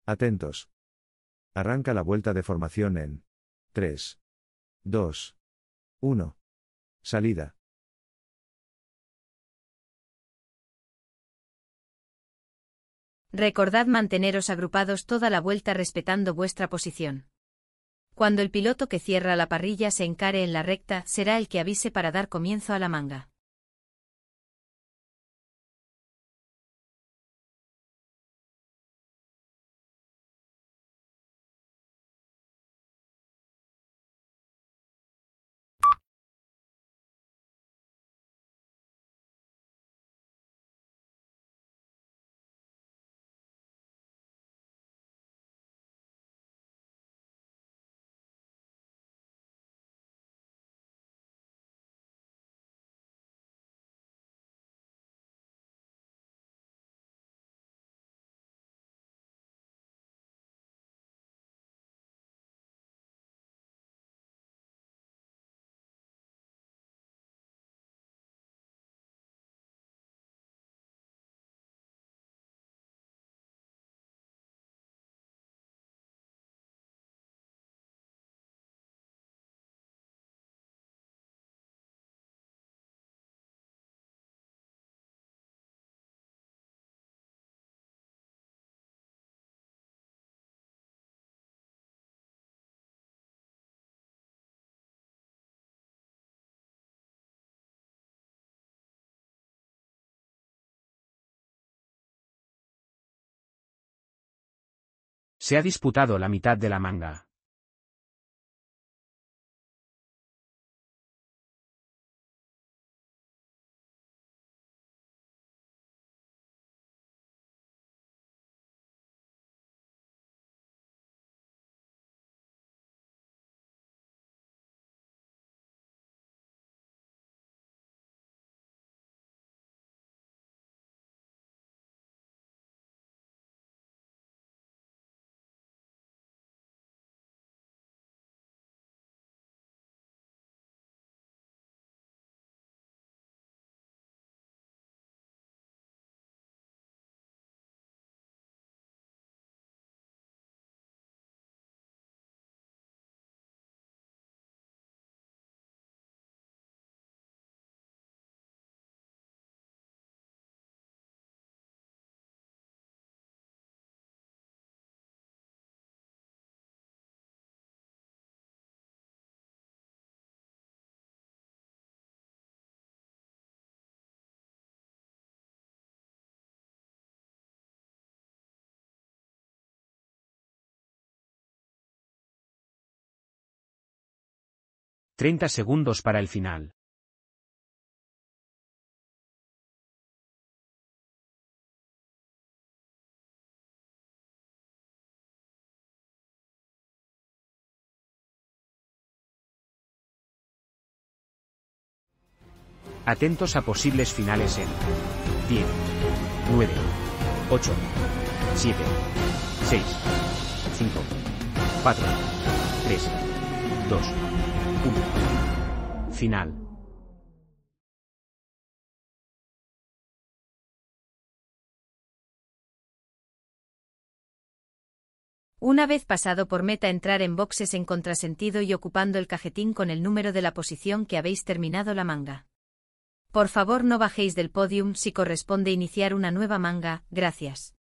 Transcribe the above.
Atentos. Arranca la vuelta de formación en 3, 2, 1. Salida. Recordad manteneros agrupados toda la vuelta respetando vuestra posición. Cuando el piloto que cierra la parrilla se encare en la recta, será el que avise para dar comienzo a la manga. Se ha disputado la mitad de la manga. «30 segundos para el final». Atentos a posibles finales en 10, 9, 8, 7, 6, 5, 4, 3, 2, 1. Final. Una vez pasado por meta, entrar en boxes en contrasentido y ocupando el cajetín con el número de la posición que habéis terminado la manga. Por favor, no bajéis del podium si corresponde iniciar una nueva manga, gracias.